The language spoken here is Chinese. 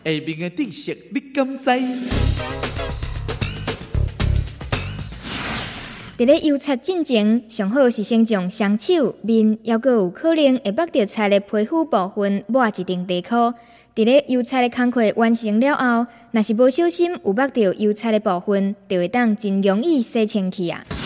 下面的知识你敢知？ 伫咧油擦进前，上好是先将双手、面，还阁有可能会捌到菜的皮肤部分抹一层地裤。伫咧油擦的工课完成了后，若是无小心有捌到油擦的部分，就会当真容易洗清去啊。